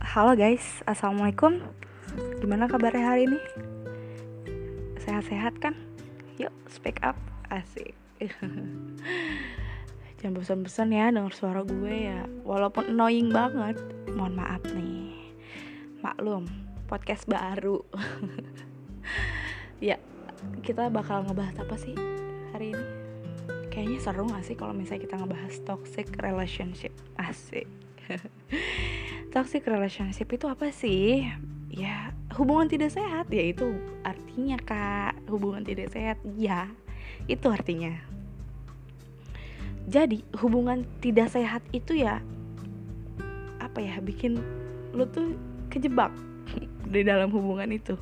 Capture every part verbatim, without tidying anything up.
Halo guys, assalamualaikum. Gimana kabarnya hari ini? Sehat-sehat kan? Yuk, speak up, asik. Jangan bosan-bosan ya denger suara gue ya. Walaupun annoying banget, mohon maaf nih. Maklum, podcast baru. Ya, kita bakal ngebahas apa sih hari ini? Kayaknya seru gak sih kalau misalnya kita ngebahas toxic relationship? Asik. Toxic relationship itu apa sih? Ya, hubungan tidak sehat. Ya itu artinya, Kak. Hubungan tidak sehat. Ya, itu artinya. Jadi, hubungan tidak sehat itu ya apa ya? Bikin lu tuh kejebak di dalam hubungan itu.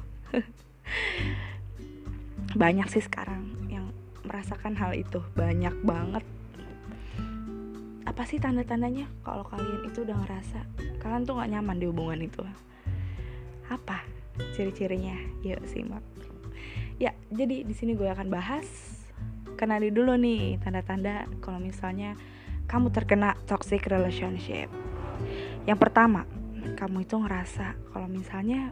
Banyak sih sekarang yang merasakan hal itu. Banyak banget. Apa sih tanda-tandanya kalau kalian itu udah ngerasa kalian tuh gak nyaman di hubungan itu? Apa ciri-cirinya? Yuk simak. Ya, jadi di sini gue akan bahas. Kenali dulu nih tanda-tanda kalau misalnya kamu terkena toxic relationship. Yang pertama, kamu itu ngerasa kalau misalnya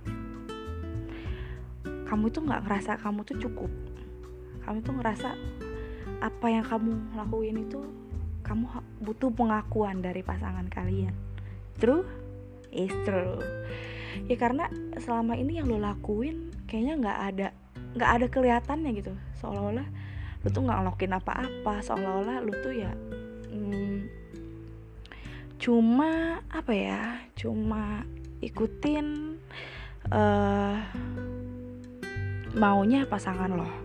kamu itu gak ngerasa kamu tuh cukup. Kamu tuh ngerasa apa yang kamu lakuin itu kamu butuh pengakuan dari pasangan kalian. True? Is true. Ya karena selama ini yang lo lakuin kayaknya gak ada Gak ada kelihatannya gitu. Seolah-olah lo tuh gak ngelakuin apa-apa. Seolah-olah lo tuh ya hmm, Cuma Apa ya Cuma ikutin uh, maunya pasangan lo.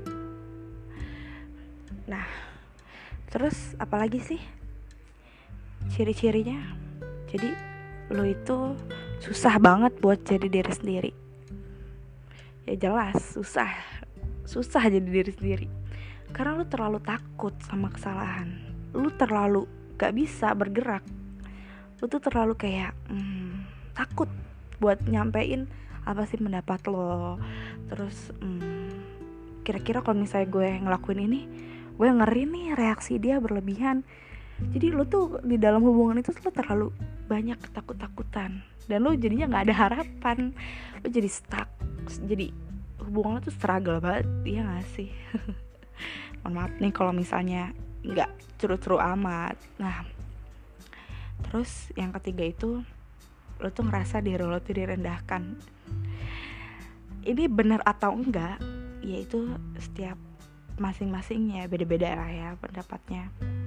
Nah, terus apalagi sih ciri-cirinya? Jadi lo itu susah banget buat jadi diri sendiri. Ya jelas susah Susah jadi diri sendiri karena lo terlalu takut sama kesalahan. Lo terlalu gak bisa bergerak. Lo tuh terlalu kayak hmm, takut buat nyampein apa sih pendapat lo. Terus hmm, kira-kira kalau misalnya gue ngelakuin ini, gue ngeri nih reaksi dia berlebihan. Jadi lo tuh di dalam hubungan itu lo terlalu banyak ketakut-takutan dan lo jadinya gak ada harapan. Lo jadi stuck. Jadi hubungan lo tuh struggle banget. Iya gak sih? Mohon maaf nih kalau misalnya gak seru-seru amat. Nah, terus yang ketiga itu lo tuh ngerasa diri lo tuh direndahkan. Ini benar atau enggak, yaitu setiap masing-masingnya beda-beda lah ya pendapatnya.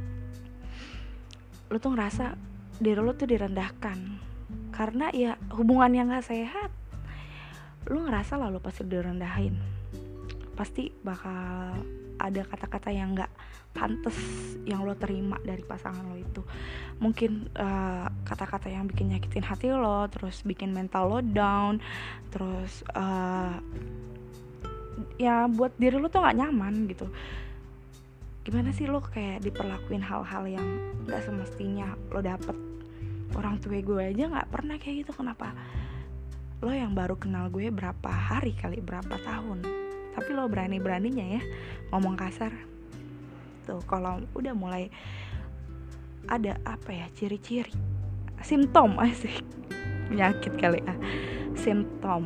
Lo tuh ngerasa diri lo tuh direndahkan karena ya hubungan yang gak sehat. Lo ngerasa lah lo pasti direndahin. Pasti bakal ada kata-kata yang gak pantas yang lo terima dari pasangan lo itu. Mungkin uh, kata-kata yang bikin nyakitin hati lo, terus bikin mental lo down, terus uh, ya buat diri lo tuh gak nyaman gitu. Gimana sih lo kayak diperlakuin hal-hal yang gak semestinya lo dapet. Orang tua gue aja gak pernah kayak gitu. Kenapa lo yang baru kenal gue berapa hari kali, berapa tahun, tapi lo berani-beraninya ya ngomong kasar. Tuh kalau udah mulai ada apa ya ciri-ciri, simptom asik, penyakit kali ah, simptom.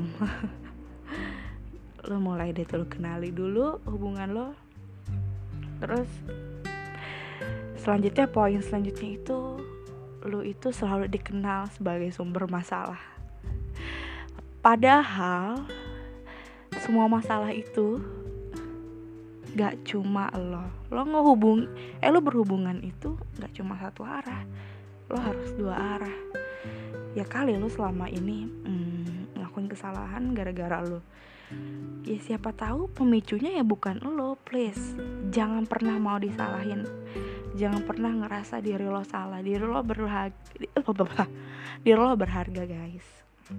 Lo mulai deh tuh lo kenali dulu hubungan lo. Terus selanjutnya, poin selanjutnya itu lo itu selalu dikenal sebagai sumber masalah. Padahal semua masalah itu gak cuma lo. Lo ngehubung Eh lo berhubungan itu gak cuma satu arah. Lo harus dua arah. Ya kali lo selama ini hmm, ngelakuin kesalahan gara-gara lo. Ya siapa tahu pemicunya ya bukan lo. Please, jangan pernah mau disalahin. Jangan pernah ngerasa diri lo salah. Diri lo berharga. Diri lo berharga guys.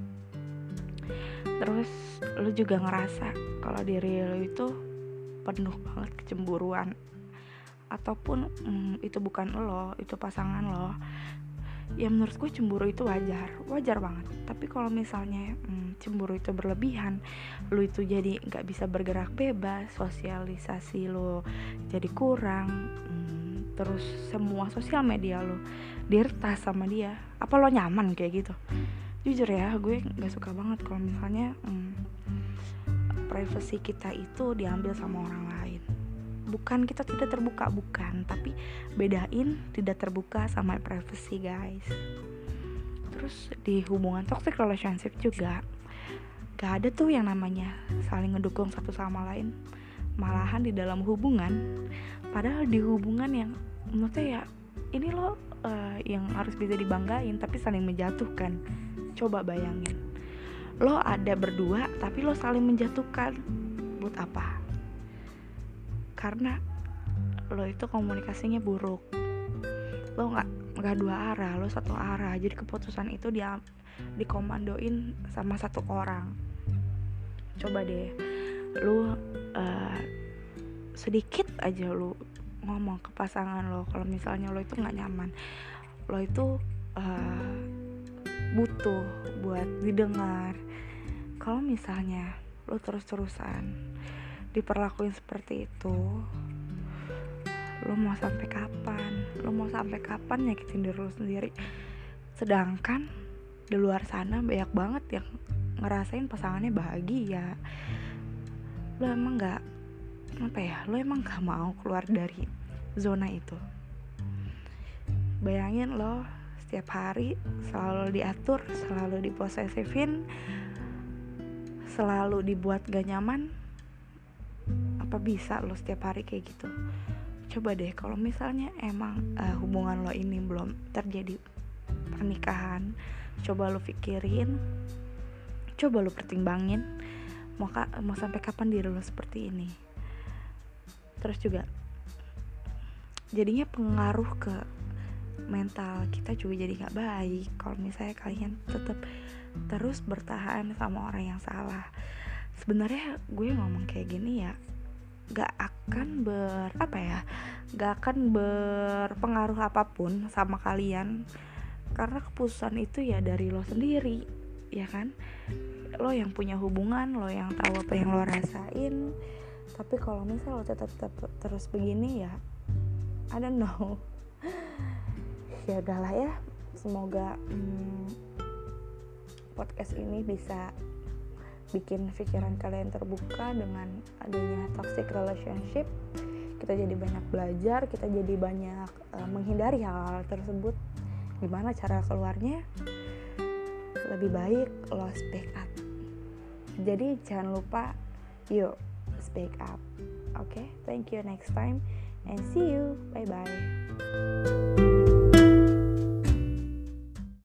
Terus lo juga ngerasa kalau diri lo itu penuh banget kecemburuan. Ataupun hmm, itu bukan lo, itu pasangan lo. Ya menurut gue cemburu itu wajar. Wajar banget. Tapi kalau misalnya hmm, cemburu itu berlebihan, lo itu jadi gak bisa bergerak bebas, sosialisasi lo jadi kurang, hmm, terus semua sosial media lo diretas sama dia. Apa lo nyaman kayak gitu? Jujur ya, gue nggak suka banget kalau misalnya hmm, privacy kita itu diambil sama orang lain. Bukan kita tidak terbuka, bukan, tapi bedain tidak terbuka sama privacy, guys. Terus di hubungan toxic relationship juga gak ada tuh yang namanya saling ngedukung satu sama lain. Malahan di dalam hubungan, padahal di hubungan yang menurutnya ya ini loh uh, yang harus bisa dibanggain, tapi saling menjatuhkan. Coba bayangin, lo ada berdua tapi lo saling menjatuhkan. Buat apa? Karena lo itu komunikasinya buruk. Lo gak, gak dua arah, lo satu arah. Jadi keputusan itu dia dikomandoin sama satu orang. Coba deh lo uh, sedikit aja lo ngomong ke pasangan lo kalau misalnya lo itu gak nyaman, lo itu uh, butuh buat didengar. Kalau misalnya lo terus-terusan diperlakuin seperti itu, lo mau sampai kapan? Lo mau sampai kapan nyakitin diri lo sendiri? Sedangkan di luar sana banyak banget yang ngerasain pasangannya bahagia. Lo emang gak, apa ya, lo emang gak mau keluar dari zona itu. Bayangin lo setiap hari selalu diatur, selalu diposesifin, selalu dibuat gak nyaman. Apa bisa lo setiap hari kayak gitu? Coba deh kalau misalnya emang uh, hubungan lo ini belum terjadi pernikahan, coba lo pikirin, coba lo pertimbangin mau, ka- mau sampai kapan diri lo seperti ini. Terus juga jadinya pengaruh ke mental kita juga jadi gak baik kalau misalnya kalian tetap terus bertahan sama orang yang salah. Sebenarnya gue ngomong kayak gini ya gak akan ber apa ya gak akan berpengaruh apapun sama kalian, karena keputusan itu ya dari lo sendiri, ya kan? Lo yang punya hubungan, lo yang tahu apa yang lo rasain. Tapi kalau misal lo tetap, tetap terus begini ya I don't know. Ya udahlah ya, semoga hmm, podcast ini bisa bikin pikiran kalian terbuka dengan adanya toxic relationship. Kita jadi banyak belajar, kita jadi banyak uh, menghindari hal-hal tersebut. Gimana cara keluarnya? Lebih baik lo speak up. Jadi jangan lupa, yuk speak up. Oke, okay? Thank you, next time and see you. Bye bye.